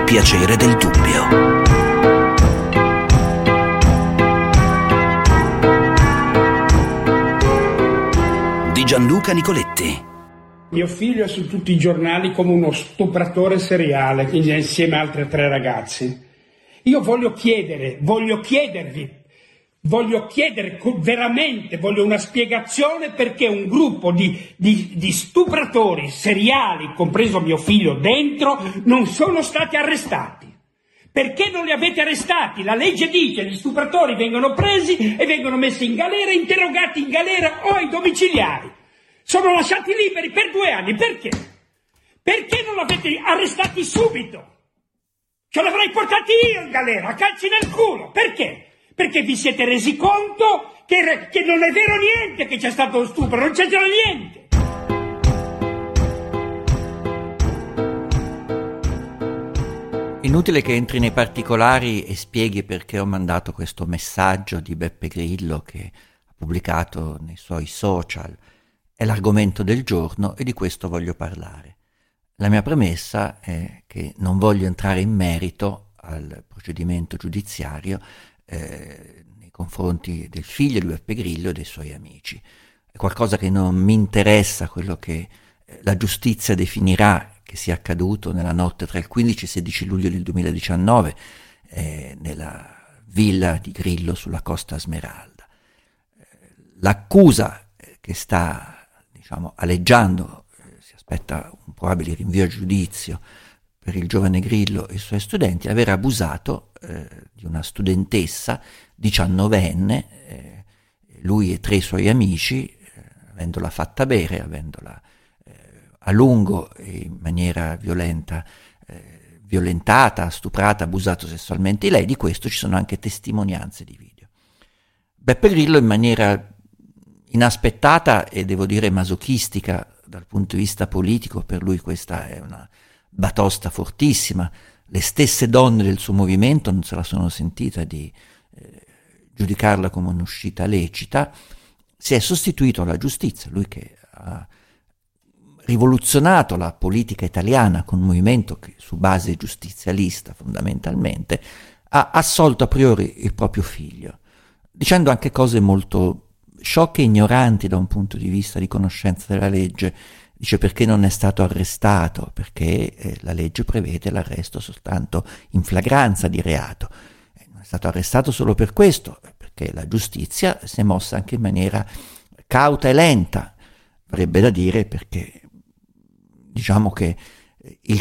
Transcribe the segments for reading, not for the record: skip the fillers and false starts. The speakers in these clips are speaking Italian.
piacere del dubbio. Di Gianluca Nicoletti. Mio figlio è su tutti i giornali come uno stupratore seriale insieme a altre 3 ragazze. Io voglio chiedere veramente, voglio una spiegazione perché un gruppo di stupratori seriali, compreso mio figlio dentro, non sono stati arrestati. Perché non li avete arrestati? La legge dice che gli stupratori vengono presi e vengono messi in galera, interrogati in galera o ai domiciliari. Sono lasciati liberi per 2 anni. Perché? Perché non l'avete arrestati subito? Ce l'avrei portati io in galera, a calci nel culo. Perché? Perché vi siete resi conto che non è vero niente che c'è stato lo stupro, non c'è già niente. Inutile che entri nei particolari e spieghi perché ho mandato questo messaggio di Beppe Grillo che ha pubblicato nei suoi social. È l'argomento del giorno e di questo voglio parlare. La mia premessa è che non voglio entrare in merito al procedimento giudiziario nei confronti del figlio di Beppe Grillo e dei suoi amici. È qualcosa che non mi interessa, quello che la giustizia definirà che sia accaduto nella notte tra il 15 e il 16 luglio del 2019 nella villa di Grillo sulla Costa Smeralda. L'accusa che sta aleggiando, si aspetta un probabile rinvio a giudizio per il giovane Grillo e i suoi studenti, aver abusato di una studentessa 19enne, lui e 3 suoi amici, avendola fatta bere, avendola a lungo e in maniera violentata, stuprata, abusato sessualmente di lei. Di questo ci sono anche testimonianze di video. Beppe Grillo, in maniera inaspettata e devo dire masochistica dal punto di vista politico, per lui questa è una batosta fortissima, le stesse donne del suo movimento non se la sono sentita di giudicarla come un'uscita lecita, si è sostituito alla giustizia, lui che ha rivoluzionato la politica italiana con un movimento che su base giustizialista fondamentalmente ha assolto a priori il proprio figlio, dicendo anche cose molto sciocche e ignoranti da un punto di vista di conoscenza della legge. Dice perché non è stato arrestato, perché la legge prevede l'arresto soltanto in flagranza di reato. Non è stato arrestato solo per questo, perché la giustizia si è mossa anche in maniera cauta e lenta, avrebbe da dire, perché diciamo che il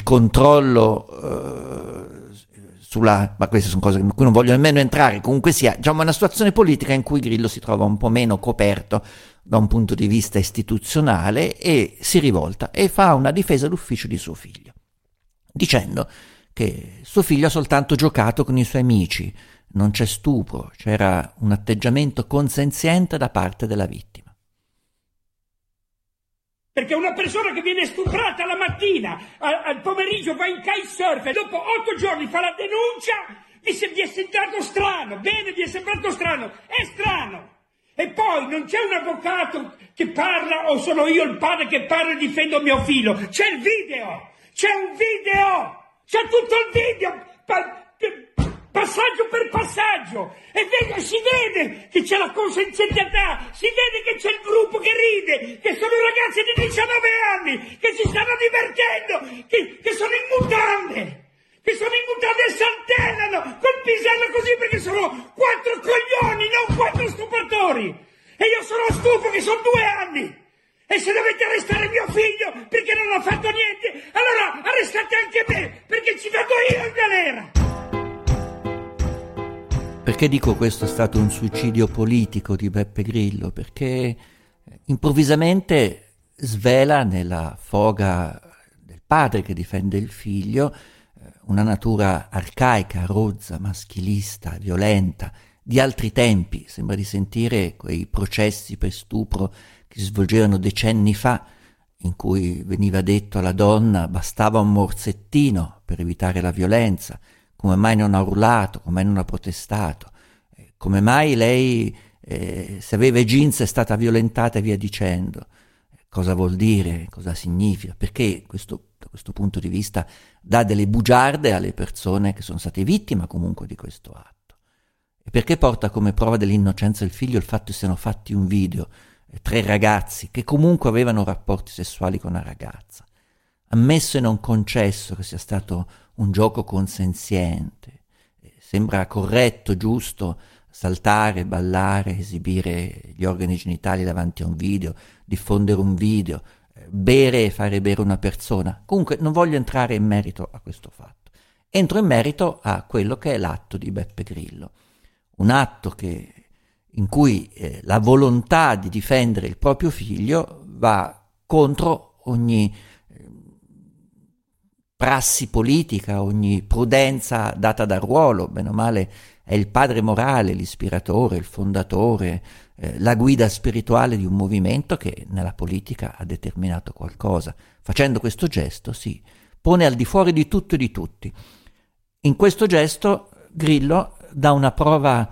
controllo ma queste sono cose in cui non voglio nemmeno entrare, comunque sia, diciamo, una situazione politica in cui Grillo si trova un po' meno coperto da un punto di vista istituzionale e si rivolta e fa una difesa d'ufficio di suo figlio, dicendo che suo figlio ha soltanto giocato con i suoi amici, non c'è stupro, c'era un atteggiamento consenziente da parte della vittima. Perché una persona che viene stuprata la mattina, al pomeriggio va in kitesurf e dopo 8 giorni fa la denuncia, vi è sembrato strano. Bene, vi è sembrato strano. È strano. E poi non c'è un avvocato che parla o sono io il padre che parla e difendo mio figlio. C'è il video. C'è un video. C'è tutto il video. Passaggio per passaggio, e si vede che c'è la consenzientità, si vede che c'è il gruppo che ride, che sono ragazzi di 19 anni, che si stanno divertendo, che sono in mutande e saltellano col pisello così perché sono 4 coglioni, non 4 stupratori, e io sono stufo che sono 2 anni. E se dovete arrestare mio figlio perché non ha fatto niente, allora arrestate anche me, perché ci vado io in galera. Perché dico questo è stato un suicidio politico di Beppe Grillo? Perché improvvisamente svela nella foga del padre che difende il figlio una natura arcaica, rozza, maschilista, violenta, di altri tempi. Sembra di sentire quei processi per stupro che si svolgevano decenni fa, in cui veniva detto alla donna bastava un morsettino per evitare la violenza. Come mai non ha urlato, come mai non ha protestato, come mai lei se aveva i jeans è stata violentata e via dicendo. cosa vuol dire, cosa significa, perché da questo punto di vista dà delle bugiarde alle persone che sono state vittime comunque di questo atto, e perché porta come prova dell'innocenza del figlio il fatto che siano fatti un video, 3 ragazzi che comunque avevano rapporti sessuali con una ragazza, ammesso e non concesso che sia stato un gioco consenziente. Sembra corretto, giusto saltare, ballare, esibire gli organi genitali davanti a un video, diffondere un video, bere e fare bere una persona. Comunque non voglio entrare in merito a questo fatto. Entro in merito a quello che è l'atto di Beppe Grillo. Un atto in cui la volontà di difendere il proprio figlio va contro ogni prassi politica, ogni prudenza data dal ruolo. Bene o male è il padre morale, l'ispiratore, il fondatore, la guida spirituale di un movimento che nella politica ha determinato qualcosa. Facendo questo gesto si pone al di fuori di tutto e di tutti. In questo gesto Grillo dà una prova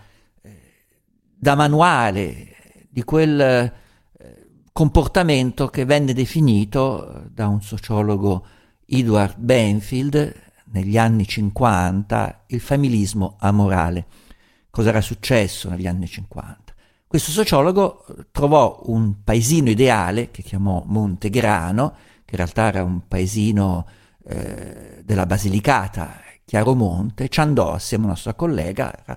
da manuale di quel comportamento che venne definito da un sociologo, Edward Benfield, negli anni 50, il familismo amorale. Cosa era successo negli anni 50? Questo sociologo trovò un paesino ideale che chiamò Montegrano, che in realtà era un paesino della Basilicata, Chiaromonte, ci andò assieme a una sua collega, era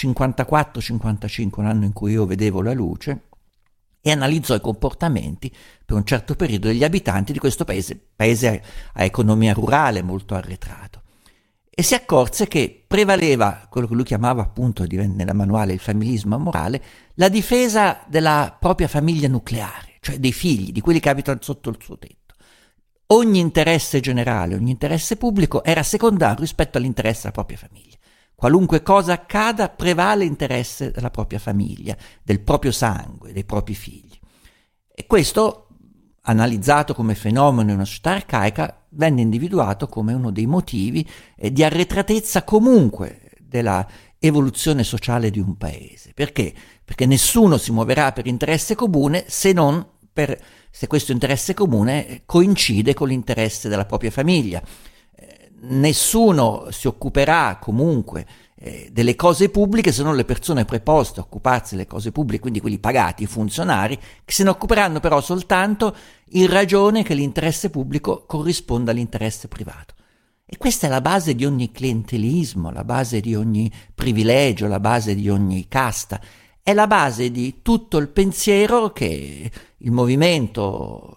54-55, un anno in cui io vedevo la luce, e analizzò i comportamenti per un certo periodo degli abitanti di questo paese a economia rurale molto arretrato, e si accorse che prevaleva quello che lui chiamava appunto nella manuale il familismo amorale, la difesa della propria famiglia nucleare, cioè dei figli, di quelli che abitano sotto il suo tetto. Ogni interesse generale, ogni interesse pubblico era secondario rispetto all'interesse della propria famiglia. Qualunque cosa accada, prevale l'interesse della propria famiglia, del proprio sangue, dei propri figli. E questo, analizzato come fenomeno in una società arcaica, venne individuato come uno dei motivi di arretratezza comunque della evoluzione sociale di un paese. Perché? Perché nessuno si muoverà per interesse comune se questo interesse comune coincide con l'interesse della propria famiglia. Nessuno si occuperà comunque delle cose pubbliche se non le persone preposte a occuparsi delle cose pubbliche, quindi quelli pagati, i funzionari, che se ne occuperanno però soltanto in ragione che l'interesse pubblico corrisponda all'interesse privato. E questa è la base di ogni clientelismo, la base di ogni privilegio, la base di ogni casta, è la base di tutto il pensiero che il movimento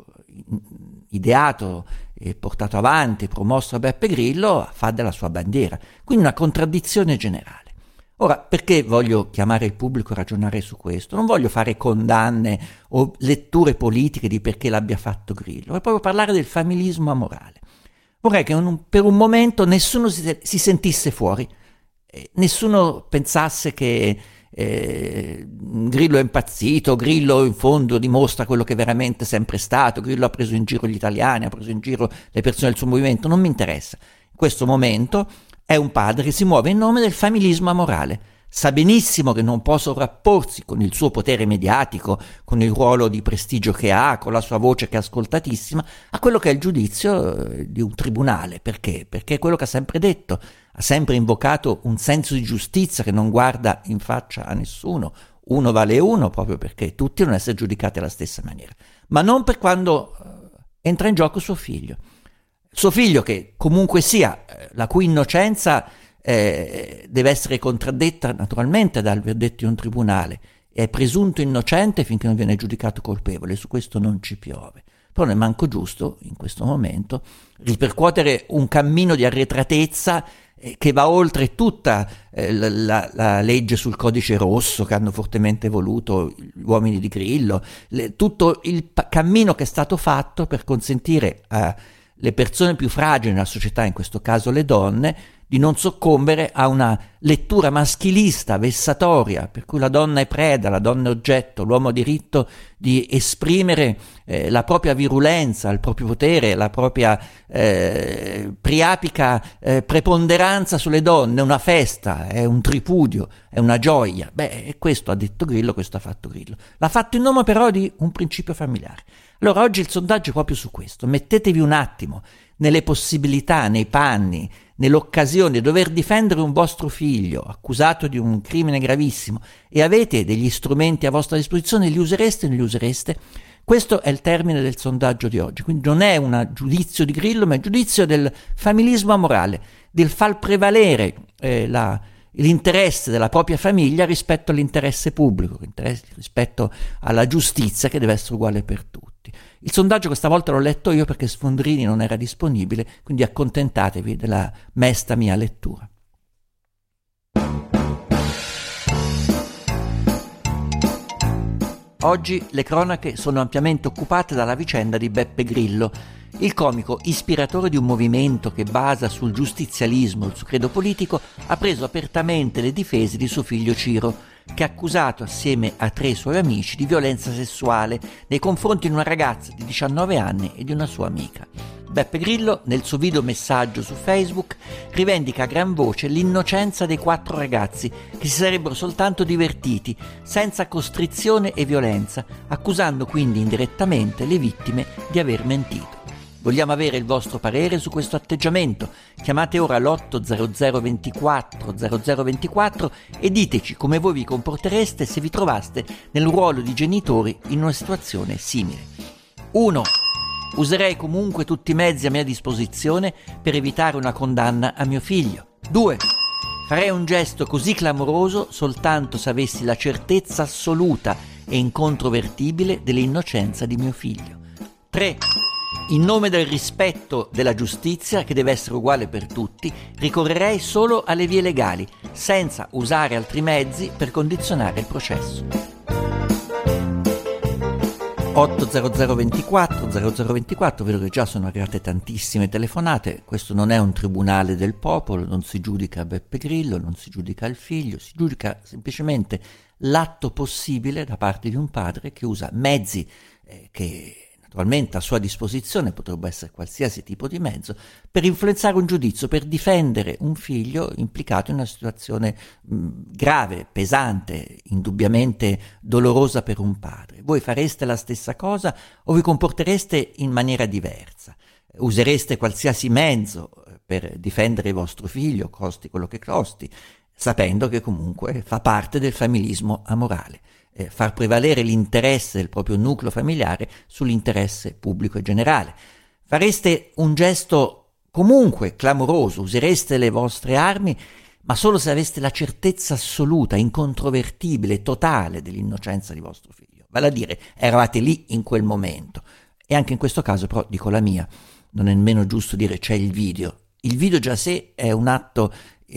ideato e portato avanti, promosso da Beppe Grillo, fa della sua bandiera. Quindi una contraddizione generale. Ora, perché voglio chiamare il pubblico a ragionare su questo? Non voglio fare condanne o letture politiche di perché l'abbia fatto Grillo, voglio proprio parlare del familismo amorale. Vorrei che per un momento nessuno si sentisse fuori, nessuno pensasse che Grillo è impazzito, Grillo in fondo dimostra quello che è veramente sempre stato, Grillo ha preso in giro gli italiani, ha preso in giro le persone del suo movimento. Non mi interessa. In questo momento è un padre che si muove in nome del familismo amorale, sa benissimo che non può sovrapporsi con il suo potere mediatico, con il ruolo di prestigio che ha, con la sua voce che è ascoltatissima, a quello che è il giudizio di un tribunale. Perché? Perché è quello che ha sempre detto, ha sempre invocato un senso di giustizia che non guarda in faccia a nessuno. Uno vale uno, proprio perché tutti devono essere giudicati alla stessa maniera. Ma non per quando entra in gioco suo figlio. Suo figlio che comunque sia, la cui innocenza deve essere contraddetta naturalmente dal verdetto di un tribunale, è presunto innocente finché non viene giudicato colpevole, su questo non ci piove. Però non è manco giusto in questo momento ripercuotere un cammino di arretratezza che va oltre tutta la legge sul codice rosso che hanno fortemente voluto gli uomini di Grillo, tutto il cammino che è stato fatto per consentire alle persone più fragili nella società, in questo caso le donne, di non soccombere a una lettura maschilista, vessatoria, per cui la donna è preda, la donna è oggetto, l'uomo ha diritto di esprimere la propria virulenza, il proprio potere, la propria priapica preponderanza sulle donne, è una festa, è un tripudio, è una gioia. Questo ha detto Grillo, questo ha fatto Grillo. L'ha fatto in nome però di un principio familiare. Allora oggi il sondaggio è proprio su questo. Mettetevi un attimo nelle possibilità, nei panni, nell'occasione di dover difendere un vostro figlio accusato di un crimine gravissimo e avete degli strumenti a vostra disposizione, li usereste o non li usereste? Questo è il termine del sondaggio di oggi, quindi non è un giudizio di Grillo, ma è un giudizio del familismo amorale, del far prevalere l'interesse della propria famiglia rispetto all'interesse pubblico, rispetto alla giustizia che deve essere uguale per tutti. Il sondaggio questa volta l'ho letto io perché Sfondrini non era disponibile, quindi accontentatevi della mesta mia lettura. Oggi le cronache sono ampiamente occupate dalla vicenda di Beppe Grillo, il comico ispiratore di un movimento che basa sul giustizialismo il suo credo politico. Ha preso apertamente le difese di suo figlio Ciro, che è accusato assieme a 3 suoi amici di violenza sessuale nei confronti di una ragazza di 19 anni e di una sua amica. Beppe Grillo, nel suo video messaggio su Facebook, rivendica a gran voce l'innocenza dei 4 ragazzi che si sarebbero soltanto divertiti, senza costrizione e violenza, accusando quindi indirettamente le vittime di aver mentito. Vogliamo avere il vostro parere su questo atteggiamento. Chiamate ora l'800 24 0024 e diteci come voi vi comportereste se vi trovaste nel ruolo di genitori in una situazione simile. 1. Userei comunque tutti i mezzi a mia disposizione per evitare una condanna a mio figlio. 2. Farei un gesto così clamoroso soltanto se avessi la certezza assoluta e incontrovertibile dell'innocenza di mio figlio. 3. In nome del rispetto della giustizia, che deve essere uguale per tutti, ricorrerei solo alle vie legali, senza usare altri mezzi per condizionare il processo. 800 24 0024, vedo che già sono arrivate tantissime telefonate. Questo non è un tribunale del popolo, non si giudica Beppe Grillo, non si giudica il figlio, si giudica semplicemente l'atto possibile da parte di un padre che usa mezzi che naturalmente a sua disposizione, potrebbe essere qualsiasi tipo di mezzo, per influenzare un giudizio, per difendere un figlio implicato in una situazione grave, pesante, indubbiamente dolorosa per un padre. Voi fareste la stessa cosa o vi comportereste in maniera diversa? Usereste qualsiasi mezzo per difendere il vostro figlio, costi quello che costi, sapendo che comunque fa parte del familismo amorale. Far prevalere l'interesse del proprio nucleo familiare sull'interesse pubblico e generale. Fareste un gesto comunque clamoroso, usereste le vostre armi, ma solo se aveste la certezza assoluta, incontrovertibile, totale dell'innocenza di vostro figlio. Vale a dire, eravate lì in quel momento. E anche in questo caso, però, dico la mia, non è nemmeno giusto dire c'è il video. Il video già sé è un atto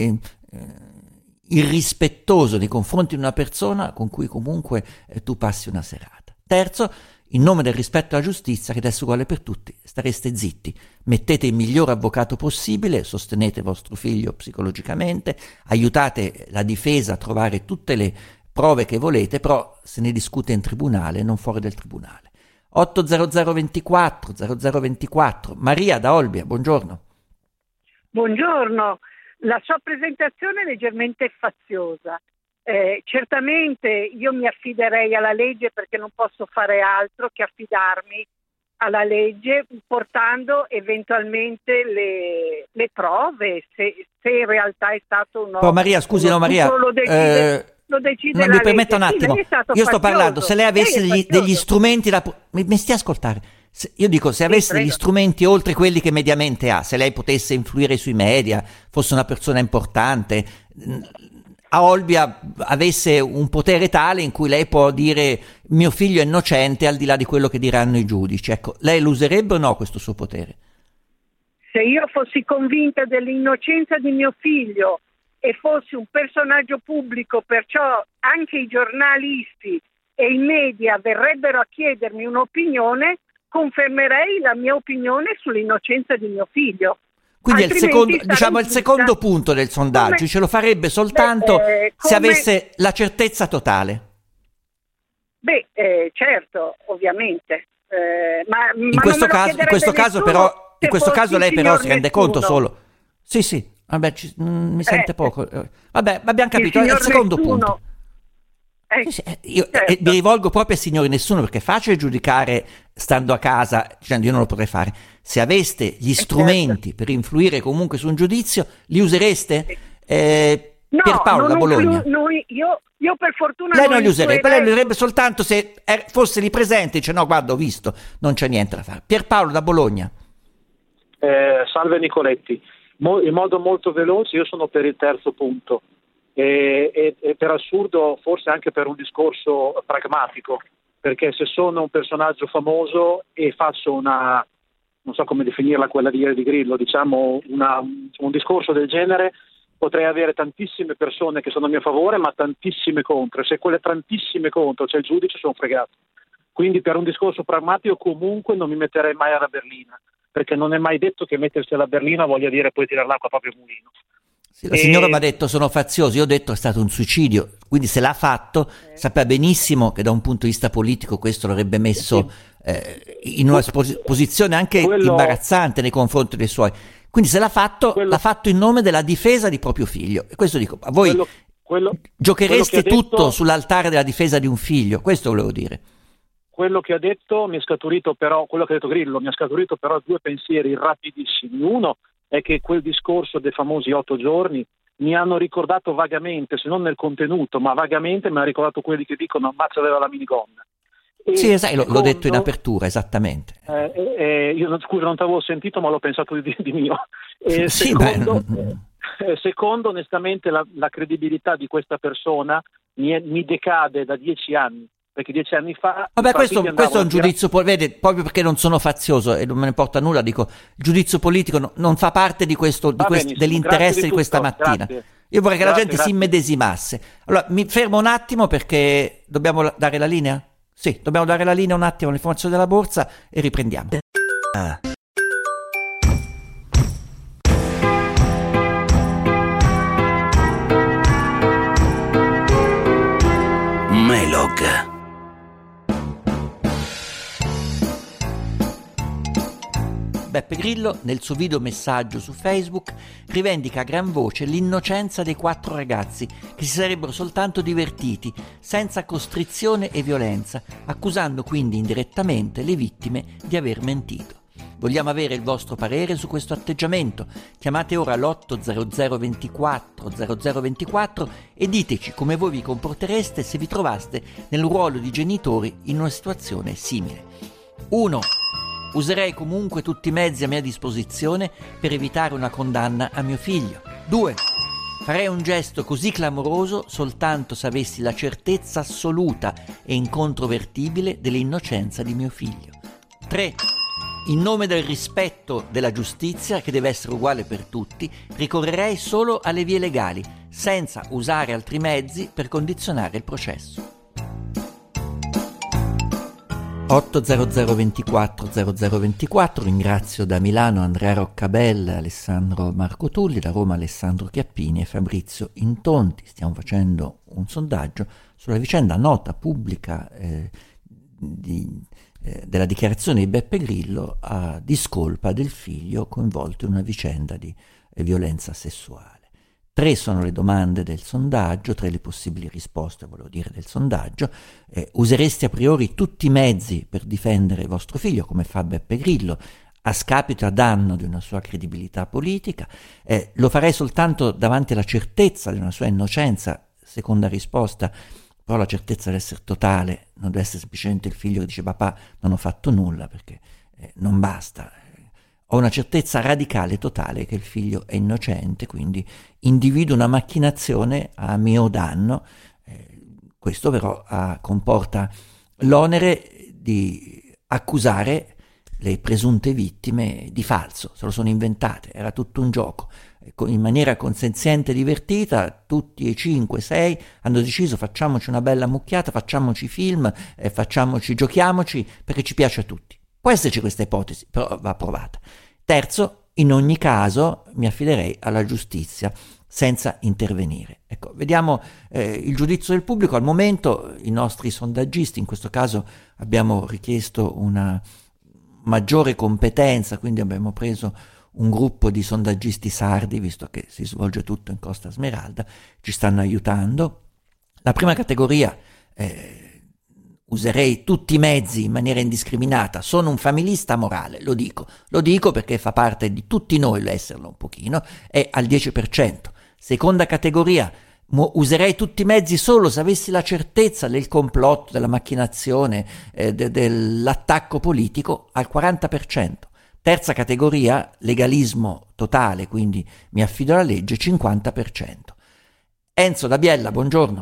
irrispettoso nei confronti di una persona con cui comunque tu passi una serata. Terzo, in nome del rispetto alla giustizia, che adesso è uguale per tutti, stareste zitti, mettete il miglior avvocato possibile, sostenete vostro figlio psicologicamente, aiutate la difesa a trovare tutte le prove che volete, però se ne discute in tribunale, non fuori del tribunale. 800 24 0024, Maria da Olbia, buongiorno. Buongiorno. La sua presentazione è leggermente faziosa. Certamente io mi affiderei alla legge, perché non posso fare altro che affidarmi alla legge, portando eventualmente le prove, se in realtà è stato un... Oh, Maria, scusi, no Maria, lo decide ma la mi permetta legge. un attimo, io sto parlando, se lei avesse degli strumenti, mi stia ascoltare. Io dico, se avesse degli strumenti oltre quelli che mediamente ha, se lei potesse influire sui media, fosse una persona importante, a Olbia avesse un potere tale in cui lei può dire mio figlio è innocente al di là di quello che diranno i giudici, ecco, lei lo userebbe o no questo suo potere? Se io fossi convinta dell'innocenza di mio figlio e fossi un personaggio pubblico, perciò anche i giornalisti e i media verrebbero a chiedermi un'opinione, confermerei la mia opinione sull'innocenza di mio figlio. Quindi è il secondo, Altrimenti diciamo, il sarei secondo giusta. punto del sondaggio, Come- ce lo farebbe soltanto se come- avesse la certezza totale. Certo, ovviamente. Ma In questo caso però, in questo caso lei però si rende conto solo. Sì, vabbè, mi sente poco. Vabbè, abbiamo capito, è il secondo punto. Sì, io certo. mi rivolgo proprio al signore nessuno, perché è facile giudicare stando a casa dicendo io non lo potrei fare. Se aveste gli strumenti per influire comunque su un giudizio, li usereste? No, Pierpaolo da Bologna. Io per fortuna Lei non li userebbe, influirei. lei li userebbe soltanto se fosse lì presente e dice no, guarda, ho visto, non c'è niente da fare. Pierpaolo da Bologna. Salve Nicoletti, in modo molto veloce io sono per il terzo punto e per assurdo forse anche per un discorso pragmatico, perché se sono un personaggio famoso e faccio una, non so come definirla quella di ieri di Grillo, diciamo un discorso del genere, potrei avere tantissime persone che sono a mio favore ma tantissime contro, e se quelle tantissime contro c'è il giudice sono fregato. Quindi per un discorso pragmatico comunque non mi metterei mai alla berlina, perché non è mai detto che mettersi alla berlina voglia dire poi tirare l'acqua proprio al mulino. Sì, la signora mi ha detto sono fazioso, io ho detto è stato un suicidio, quindi se l'ha fatto sapeva benissimo che da un punto di vista politico questo l'avrebbe messo in una posizione anche imbarazzante nei confronti dei suoi. Quindi se l'ha fatto in nome della difesa di proprio figlio. E questo dico, a voi giochereste tutto sull'altare della difesa di un figlio, questo volevo dire. Quello che ha detto mi è scaturito però, quello che ha detto Grillo, mi ha scaturito però due pensieri rapidissimi. Uno è che quel discorso dei famosi 8 giorni mi hanno ricordato vagamente, se non nel contenuto, ma vagamente mi ha ricordato quelli che dicono ammazza aveva la minigonna. Sì, esatto, l'ho detto in apertura, esattamente. Io scusa, non ti avevo sentito, ma l'ho pensato di mio. Sì, secondo, onestamente, la credibilità di questa persona mi decade da 10 anni. Perché 10 anni fa... Vabbè, questo è un giudizio, vede, proprio perché non sono fazioso e non me ne importa nulla, dico, il giudizio politico non fa parte di questo, dell'interesse di questa mattina. Grazie. Io vorrei che la gente si immedesimasse. Allora, mi fermo un attimo perché dobbiamo dare la linea? Sì, dobbiamo dare la linea un attimo all'informazione della borsa e riprendiamo. Melog. Beppe Grillo, nel suo video messaggio su Facebook, rivendica a gran voce l'innocenza dei 4 ragazzi che si sarebbero soltanto divertiti, senza costrizione e violenza, accusando quindi indirettamente le vittime di aver mentito. Vogliamo avere il vostro parere su questo atteggiamento. Chiamate ora l'800 24 0024 e diteci come voi vi comportereste se vi trovaste nel ruolo di genitori in una situazione simile. 1. Userei comunque tutti i mezzi a mia disposizione per evitare una condanna a mio figlio. 2. Farei un gesto così clamoroso soltanto se avessi la certezza assoluta e incontrovertibile dell'innocenza di mio figlio. 3. In nome del rispetto della giustizia, che deve essere uguale per tutti, ricorrerei solo alle vie legali, senza usare altri mezzi per condizionare il processo. 800 24 0024, ringrazio da Milano Andrea Roccabella, Alessandro Marco Tulli, da Roma Alessandro Chiappini e Fabrizio Intonti. Stiamo facendo un sondaggio sulla vicenda nota pubblica della dichiarazione di Beppe Grillo a discolpa del figlio coinvolto in una vicenda di violenza sessuale. 3 sono le domande del sondaggio, 3 le possibili risposte, volevo dire, del sondaggio. Usereste a priori tutti i mezzi per difendere vostro figlio, come fa Beppe Grillo, a scapito e a danno di una sua credibilità politica? Lo farei soltanto davanti alla certezza di una sua innocenza? Seconda risposta, però la certezza deve essere totale, non deve essere semplicemente il figlio che dice papà non ho fatto nulla, perché non basta. Ho una certezza radicale, totale, che il figlio è innocente, quindi individuo una macchinazione a mio danno. Questo però comporta l'onere di accusare le presunte vittime di falso, se lo sono inventate, era tutto un gioco. In maniera consenziente e divertita, tutti e 5, 6 hanno deciso facciamoci una bella mucchiata, facciamoci film, giochiamoci, perché ci piace a tutti. Può esserci questa ipotesi, però va provata. Terzo, in ogni caso mi affiderei alla giustizia senza intervenire. Ecco, vediamo il giudizio del pubblico. Al momento i nostri sondaggisti, in questo caso abbiamo richiesto una maggiore competenza, quindi abbiamo preso un gruppo di sondaggisti sardi, visto che si svolge tutto in Costa Smeralda, ci stanno aiutando. La prima categoria, userei tutti i mezzi in maniera indiscriminata, sono un familista morale, lo dico perché fa parte di tutti noi l'esserlo un pochino, è al 10%. Seconda categoria, userei tutti i mezzi solo se avessi la certezza del complotto, della macchinazione, dell'attacco politico, al 40%. Terza categoria, legalismo totale, quindi mi affido alla legge, 50%. Enzo da Biella, buongiorno.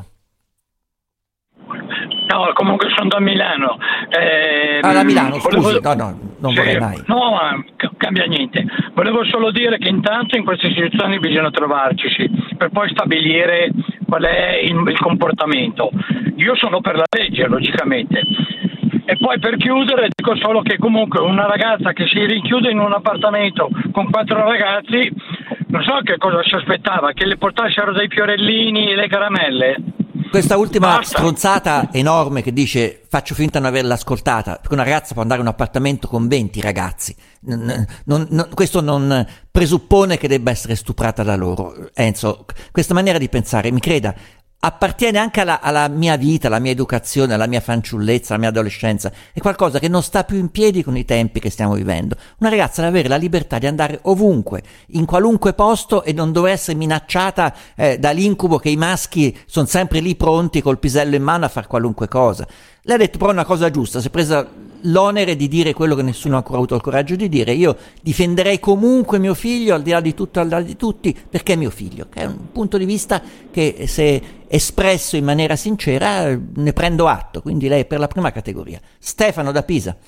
No, comunque sono da Milano. Da Milano, scusi, non vorrei mai. No, ma cambia niente. Volevo solo dire che intanto in queste situazioni bisogna trovarci, per poi stabilire qual è il comportamento. Io sono per la legge, logicamente. E poi per chiudere dico solo che comunque una ragazza che si rinchiude in un appartamento con 4 ragazzi, non so che cosa si aspettava, che le portassero dei fiorellini e le caramelle. Questa ultima stronzata enorme che dice faccio finta di non averla ascoltata, perché una ragazza può andare in un appartamento con 20 ragazzi, questo non presuppone che debba essere stuprata da loro. Enzo, questa maniera di pensare, mi creda, appartiene anche alla mia vita, alla mia educazione, alla mia fanciullezza, alla mia adolescenza. È qualcosa che non sta più in piedi con i tempi che stiamo vivendo. Una ragazza deve avere la libertà di andare ovunque, in qualunque posto, e non dover essere minacciata dall'incubo che i maschi sono sempre lì pronti col pisello in mano a fare qualunque cosa. Lei ha detto però una cosa giusta, si è presa l'onere di dire quello che nessuno ha ancora avuto il coraggio di dire. Io difenderei comunque mio figlio, al di là di tutto, al di là di tutti, perché è mio figlio, che è un punto di vista che, se espresso in maniera sincera, ne prendo atto. Quindi lei è per la prima categoria. Stefano da Pisa.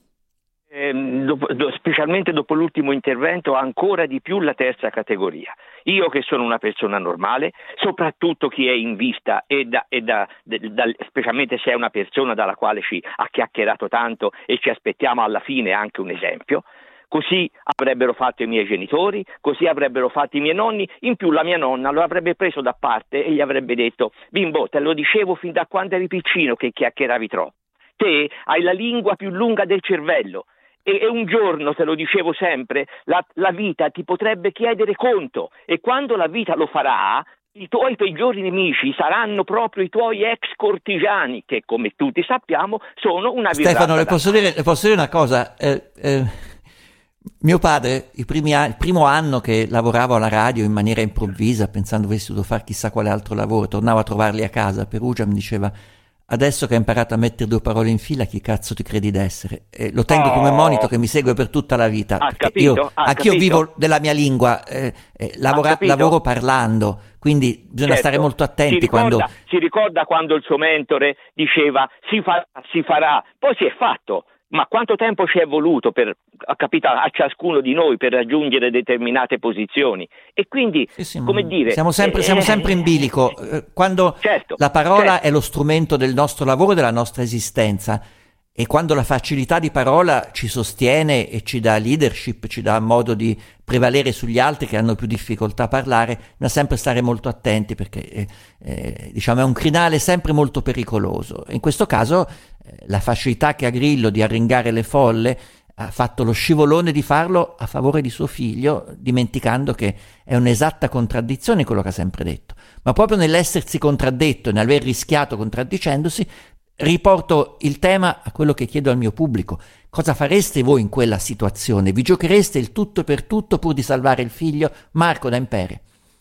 Specialmente dopo l'ultimo intervento, ancora di più la terza categoria. Io che sono una persona normale, soprattutto chi è in vista specialmente se è una persona dalla quale ci ha chiacchierato tanto e ci aspettiamo alla fine anche un esempio. Così avrebbero fatto i miei genitori, così avrebbero fatto i miei nonni. In più la mia nonna lo avrebbe preso da parte e gli avrebbe detto: bimbo, te lo dicevo fin da quando eri piccino che chiacchieravi troppo. Te hai la lingua più lunga del cervello. E un giorno, te lo dicevo sempre, la vita ti potrebbe chiedere conto, e quando la vita lo farà, i tuoi peggiori nemici saranno proprio i tuoi ex cortigiani, che come tutti sappiamo sono una virata. Stefano, le posso dire una cosa? Mio padre, il primo anno che lavoravo alla radio in maniera improvvisa, pensando avessi dovuto fare chissà quale altro lavoro, tornavo a trovarli a casa a Perugia, mi diceva: adesso che hai imparato a mettere 2 parole in fila, chi cazzo ti credi d'essere? Lo tengo come monito che mi segue per tutta la vita. Anch'io vivo della mia lingua, lavoro parlando, quindi bisogna stare molto attenti. Si ricorda quando il suo mentore diceva si farà, poi si è fatto. Ma quanto tempo ci è voluto a ciascuno di noi per raggiungere determinate posizioni? E quindi, come dire... Siamo sempre in bilico. Quando la parola è lo strumento del nostro lavoro e della nostra esistenza, e quando la facilità di parola ci sostiene e ci dà leadership, ci dà modo di prevalere sugli altri che hanno più difficoltà a parlare, bisogna sempre stare molto attenti, perché è un crinale sempre molto pericoloso. In questo caso la facilità che ha Grillo di arringare le folle ha fatto lo scivolone di farlo a favore di suo figlio, dimenticando che è un'esatta contraddizione quello che ha sempre detto. Ma proprio nell'essersi contraddetto e nell'aver rischiato contraddicendosi, riporto il tema a quello che chiedo al mio pubblico: cosa fareste voi in quella situazione? Vi giochereste il tutto per tutto pur di salvare il figlio? Marco da Impere.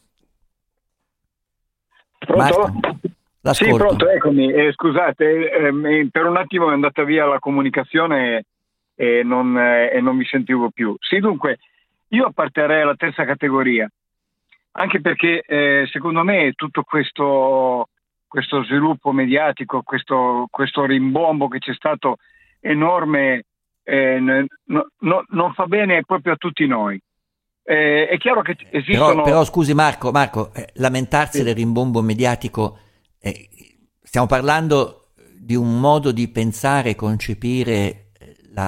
Pronto? Marco, sì, pronto, eccomi. Scusate, per un attimo è andata via la comunicazione e non mi sentivo più. Sì, dunque, io apparterei alla terza categoria, anche perché secondo me tutto questo sviluppo mediatico, questo rimbombo che c'è stato enorme, non fa bene proprio a tutti noi. È chiaro che esistono... Però scusi Marco, lamentarsi del rimbombo mediatico, stiamo parlando di un modo di pensare e concepire la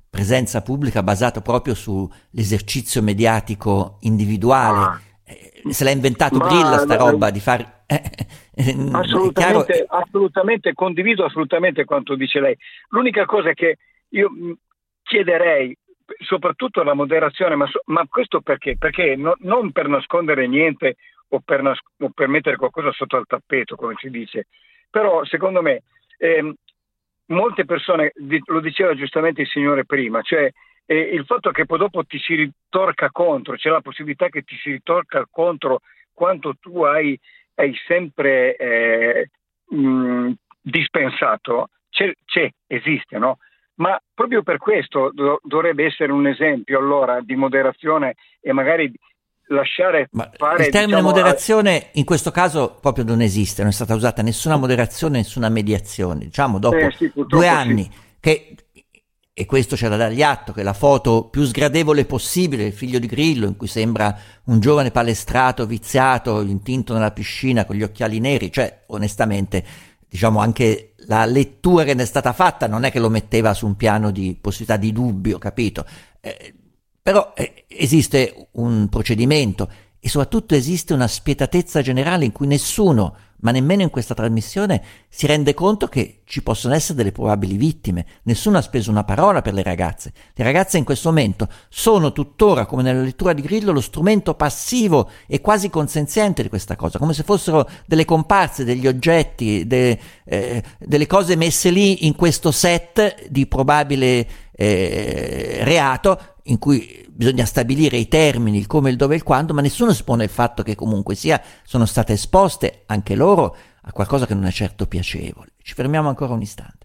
presenza pubblica basato proprio sull'esercizio mediatico individuale. Se l'ha inventato Grillo sta roba di fare... assolutamente, condivido assolutamente quanto dice lei. L'unica cosa che io chiederei, soprattutto la moderazione, ma questo perché? Perché non per nascondere niente o per mettere qualcosa sotto al tappeto, come si dice, però secondo me molte persone, lo diceva giustamente il signore prima, cioè il fatto che poi dopo ti si ritorca contro, c'è la possibilità che ti si ritorca contro quanto tu hai sempre dispensato, esiste, no? Ma proprio per questo dovrebbe essere un esempio allora di moderazione e magari lasciare fare... Il termine moderazione in questo caso proprio non esiste, non è stata usata nessuna moderazione, nessuna mediazione. Diciamo dopo 2 anni che... E questo c'è da dargli atto, che la foto più sgradevole possibile del figlio di Grillo, in cui sembra un giovane palestrato, viziato, intinto nella piscina con gli occhiali neri, cioè onestamente, diciamo, anche la lettura che ne è stata fatta non è che lo metteva su un piano di possibilità di dubbio, capito? Però esiste un procedimento e soprattutto esiste una spietatezza generale in cui nessuno, ma nemmeno in questa trasmissione, si rende conto che ci possono essere delle probabili vittime. Nessuno ha speso una parola per le ragazze. Le ragazze in questo momento sono tuttora, come nella lettura di Grillo, lo strumento passivo e quasi consenziente di questa cosa, come se fossero delle comparse, degli oggetti, delle cose messe lì in questo set di probabile reato, in cui bisogna stabilire i termini, il come, il dove e il quando, ma nessuno si pone il fatto che comunque sia sono state esposte anche loro a qualcosa che non è certo piacevole. Ci fermiamo ancora un istante.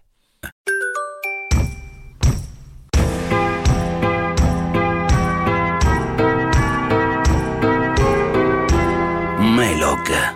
Melog.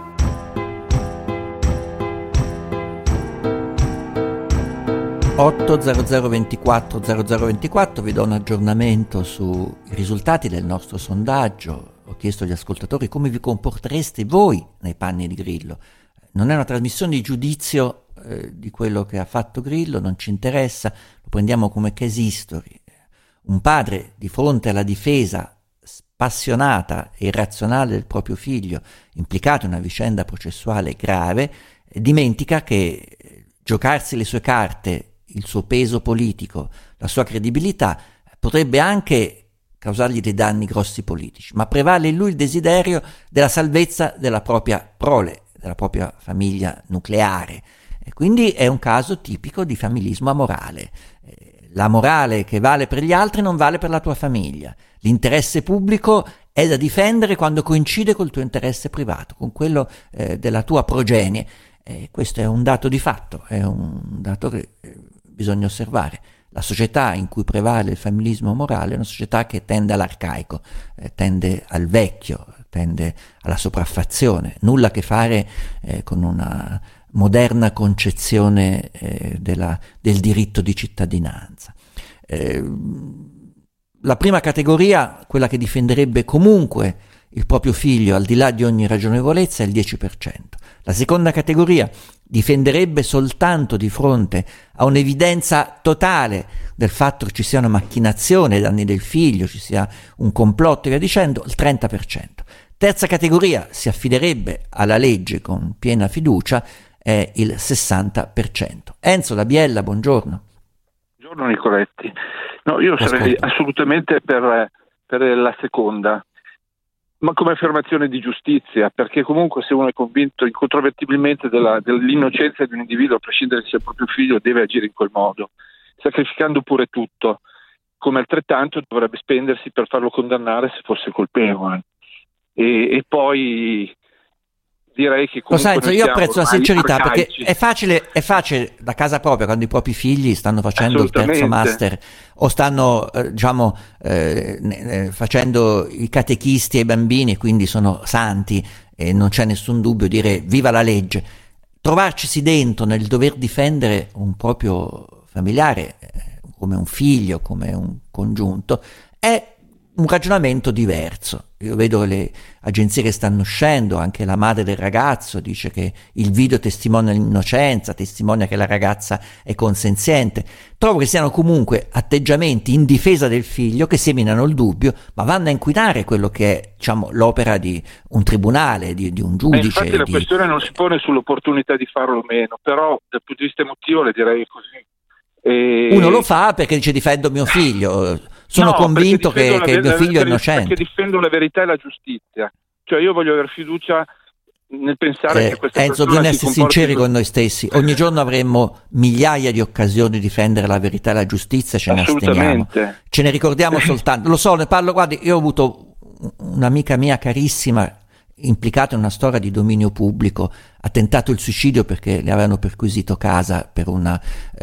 80024 vi do un aggiornamento sui risultati del nostro sondaggio. Ho chiesto agli ascoltatori come vi comportereste voi nei panni di Grillo. Non è una trasmissione di giudizio di quello che ha fatto Grillo, non ci interessa, lo prendiamo come case history. Un padre di fronte alla difesa spassionata e irrazionale del proprio figlio, implicato in una vicenda processuale grave, dimentica che giocarsi le sue carte, il suo peso politico, la sua credibilità, potrebbe anche causargli dei danni grossi politici, ma prevale in lui il desiderio della salvezza della propria prole, della propria famiglia nucleare. E quindi è un caso tipico di familismo amorale. La morale che vale per gli altri non vale per la tua famiglia. L'interesse pubblico è da difendere quando coincide col tuo interesse privato, con quello della tua progenie. Questo è un dato di fatto, è un dato che bisogna osservare. La società in cui prevale il familismo morale è una società che tende all'arcaico, tende al vecchio, tende alla sopraffazione, nulla a che fare con una moderna concezione del diritto di cittadinanza. La prima categoria, quella che difenderebbe comunque il proprio figlio al di là di ogni ragionevolezza, è il 10%. La seconda categoria difenderebbe soltanto di fronte a un'evidenza totale del fatto che ci sia una macchinazione ai danni del figlio, ci sia un complotto e via dicendo, il 30%. Terza categoria, si affiderebbe alla legge con piena fiducia, è il 60%. Enzo Labiella, buongiorno. Buongiorno Nicoletti. No, io sarei assolutamente per la seconda, ma come affermazione di giustizia, perché comunque se uno è convinto incontrovertibilmente dell'innocenza di un individuo, a prescindere se è il proprio figlio, deve agire in quel modo, sacrificando pure tutto, come altrettanto dovrebbe spendersi per farlo condannare se fosse colpevole. E poi direi che comunque... Lo sai, io apprezzo la sincerità, perché è facile da casa propria, quando i propri figli stanno facendo il terzo master o stanno facendo i catechisti ai bambini e quindi sono santi e non c'è nessun dubbio, dire viva la legge. Trovarcisi dentro nel dover difendere un proprio familiare come un figlio, come un congiunto, è un ragionamento diverso. Io vedo le agenzie che stanno uscendo, anche la madre del ragazzo dice che il video testimonia l'innocenza, testimonia che la ragazza è consenziente. Trovo che siano comunque atteggiamenti in difesa del figlio che seminano il dubbio, ma vanno a inquinare quello che è, diciamo, l'opera di un tribunale, di un giudice. Infatti la questione non si pone sull'opportunità di farlo o meno, però dal punto di vista emotivo le direi così. Uno lo fa perché dice difendo mio figlio, sono convinto che mio figlio è innocente. Perché difendo la verità e la giustizia, cioè io voglio avere fiducia nel pensare che questa Enzo, bisogna essere sinceri con noi stessi, ogni giorno avremmo migliaia di occasioni di difendere la verità e la giustizia, ce ne asteniamo, ce ne ricordiamo soltanto, lo so, ne parlo, guardi, io ho avuto un'amica mia carissima implicata in una storia di dominio pubblico, ha tentato il suicidio perché le avevano perquisito casa per una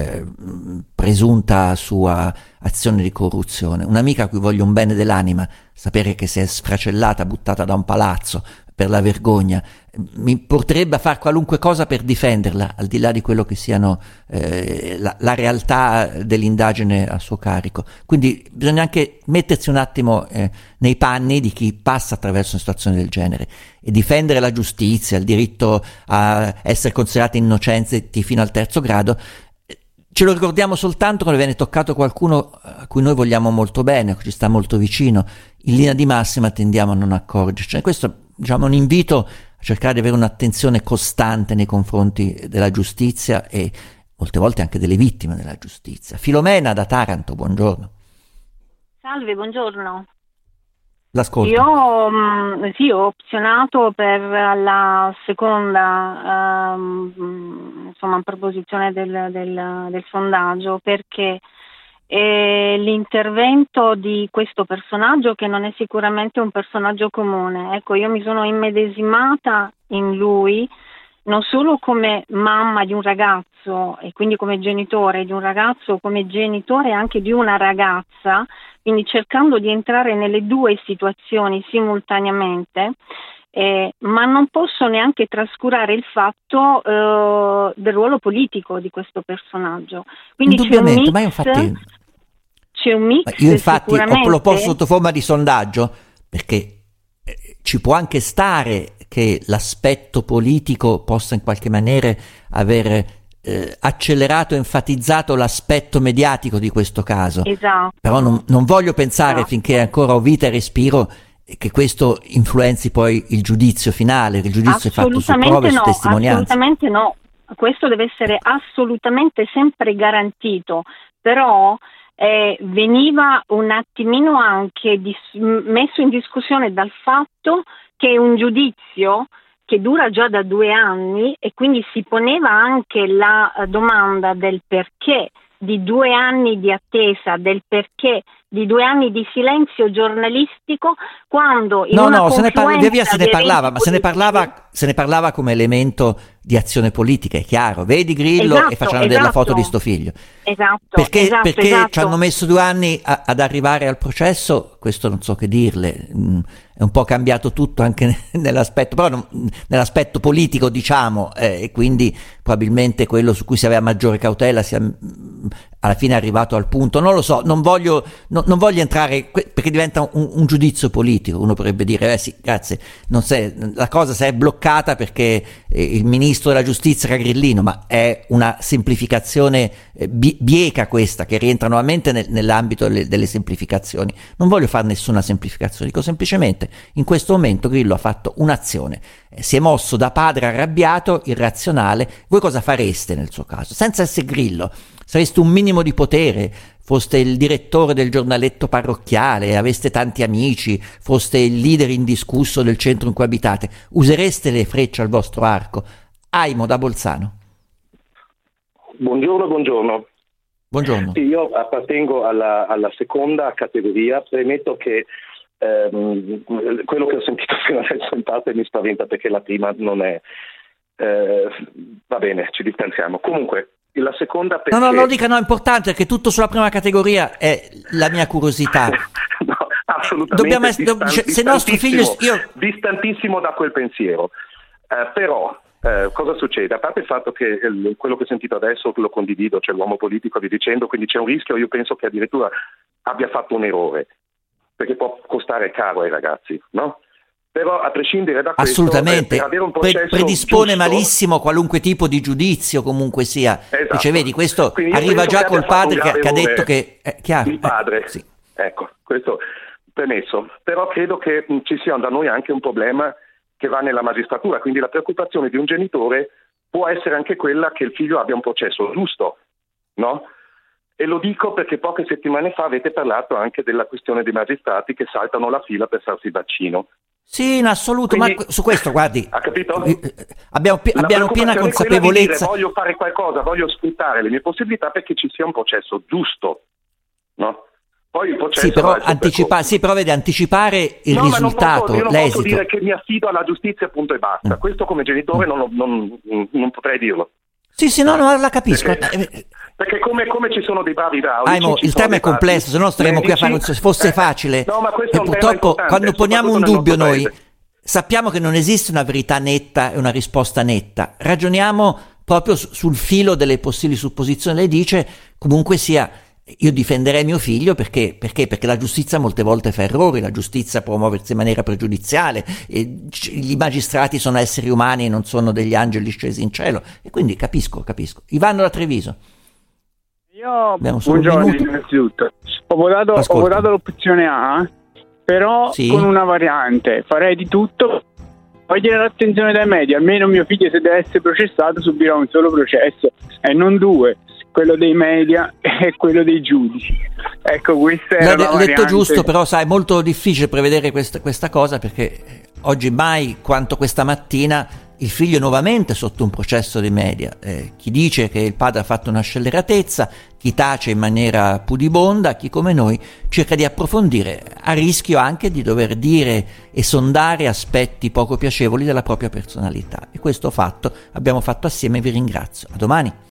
presunta sua azione di corruzione. Un'amica a cui voglio un bene dell'anima, sapere che si è sfracellata, buttata da un palazzo per la vergogna, mi porterebbe a fare qualunque cosa per difenderla, al di là di quello che siano la realtà dell'indagine a suo carico. Quindi bisogna anche mettersi un attimo nei panni di chi passa attraverso una situazione del genere e difendere la giustizia, il diritto a essere considerati innocenti fino al terzo grado. Ce lo ricordiamo soltanto quando viene toccato qualcuno a cui noi vogliamo molto bene, che ci sta molto vicino. In linea di massima tendiamo a non accorgerci. Questo, diciamo, è un invito a cercare di avere un'attenzione costante nei confronti della giustizia e molte volte anche delle vittime della giustizia. Filomena da Taranto, buongiorno. Salve, buongiorno. L'ascolto. Io sì, ho opzionato per la seconda proposizione del sondaggio, perché l'intervento di questo personaggio, che non è sicuramente un personaggio comune, ecco, io mi sono immedesimata in lui non solo come mamma di un ragazzo e quindi come genitore di un ragazzo, come genitore anche di una ragazza, quindi cercando di entrare nelle due situazioni simultaneamente, ma non posso neanche trascurare il fatto del ruolo politico di questo personaggio. Quindi indubbiamente, ma infatti c'è un mix. Io infatti lo posto sotto forma di sondaggio perché ci può anche stare che l'aspetto politico possa in qualche maniera aver accelerato, enfatizzato l'aspetto mediatico di questo caso. Esatto. Però non voglio pensare, finché ancora ho vita e respiro, che questo influenzi poi il giudizio finale, il giudizio è fatto su prove, su testimonianze. Assolutamente no, questo deve essere assolutamente sempre garantito, però veniva un attimino anche messo in discussione dal fatto che è un giudizio che dura già da 2 anni e quindi si poneva anche la domanda del perché di 2 anni di attesa, del perché di 2 anni di silenzio giornalistico, quando in una se ne parlava, ma se ne parlava come elemento di azione politica, è chiaro, vedi Grillo, e facciamo vedere la foto di sto figlio. Perché ci hanno messo 2 anni ad arrivare al processo, questo non so che dirle. È un po' cambiato tutto anche nell'aspetto, però nell'aspetto politico, diciamo, e quindi probabilmente quello su cui si aveva maggiore cautela sia alla fine arrivato al punto. Non lo so, non voglio entrare, perché diventa un giudizio politico. Uno potrebbe dire sì, grazie, la cosa si è bloccata perché il ministro della giustizia era Grillino, ma è una semplificazione bieca questa, che rientra nuovamente nell'ambito delle semplificazioni. Non voglio fare nessuna semplificazione, dico semplicemente in questo momento Grillo ha fatto un'azione, si è mosso da padre arrabbiato, irrazionale. Voi cosa fareste nel suo caso? Senza essere Grillo, se aveste un minimo di potere, foste il direttore del giornaletto parrocchiale, aveste tanti amici, foste il leader indiscusso del centro in cui abitate, usereste le frecce al vostro arco? Aimo da Bolzano. Buongiorno. Sì, io appartengo alla seconda categoria. Premetto che quello che ho sentito fino adesso in parte mi spaventa, perché la prima non è va bene, ci distanziamo. Comunque la seconda perché... No, dica, è importante, perché tutto sulla prima categoria è la mia curiosità. No, assolutamente se nostro figlio distantissimo da quel pensiero, però cosa succede? A parte il fatto che quello che ho sentito adesso lo condivido, c'è l'uomo politico, vi dicendo, quindi c'è un rischio, io penso che addirittura abbia fatto un errore. perché può costare caro ai ragazzi, no? Però a prescindere da questo, assolutamente, per avere un processo predispone giusto, malissimo qualunque tipo di giudizio, comunque sia. Esatto. Cioè, vedi, questo Quindi arriva già col padre che ha detto errore. che è chiaro. Il padre, sì. Ecco, questo premesso. Però credo che ci sia da noi anche un problema che va nella magistratura, quindi la preoccupazione di un genitore può essere anche quella che il figlio abbia un processo giusto, no? E lo dico perché poche settimane fa avete parlato anche della questione dei magistrati che saltano la fila per farsi il vaccino. Sì, in assoluto, Quindi, ma su questo, guardi, ha capito? abbiamo piena consapevolezza. Dire, voglio fare qualcosa, voglio sfruttare le mie possibilità perché ci sia un processo giusto, no? Poi il processo sì, però vede, anticipare il risultato, io non l'esito. posso dire che mi affido alla giustizia, punto e basta. Questo come genitore non potrei dirlo. Sì, no, la capisco. Perché come ci sono dei bravi idraulici, il tema è complesso, se no staremo qui a fare, se fosse facile. No, ma questo è un tema purtroppo importante, quando poniamo un dubbio noi paese. sappiamo che non esiste una verità netta e una risposta netta. Ragioniamo proprio sul filo delle possibili supposizioni. Lei dice, comunque sia, io difenderei mio figlio perché la giustizia molte volte fa errori, la giustizia può muoversi in maniera pregiudiziale, i magistrati sono esseri umani e non sono degli angeli scesi in cielo, e quindi capisco. Ivano da Treviso. Buongiorno innanzitutto. Ho votato l'opzione A, però sì, con una variante. Farei di tutto, togliere l'attenzione dai media. Almeno mio figlio, se deve essere processato, subirà un solo processo e non due, quello dei media e quello dei giudici. Ecco, questa è la variante. Detto giusto, però sai, è molto difficile prevedere questa cosa, perché oggi mai quanto questa mattina il figlio è nuovamente sotto un processo dei media. Chi dice che il padre ha fatto una scelleratezza, chi tace in maniera pudibonda, chi come noi cerca di approfondire, a rischio anche di dover dire e sondare aspetti poco piacevoli della propria personalità. E questo abbiamo fatto assieme, vi ringrazio. A domani.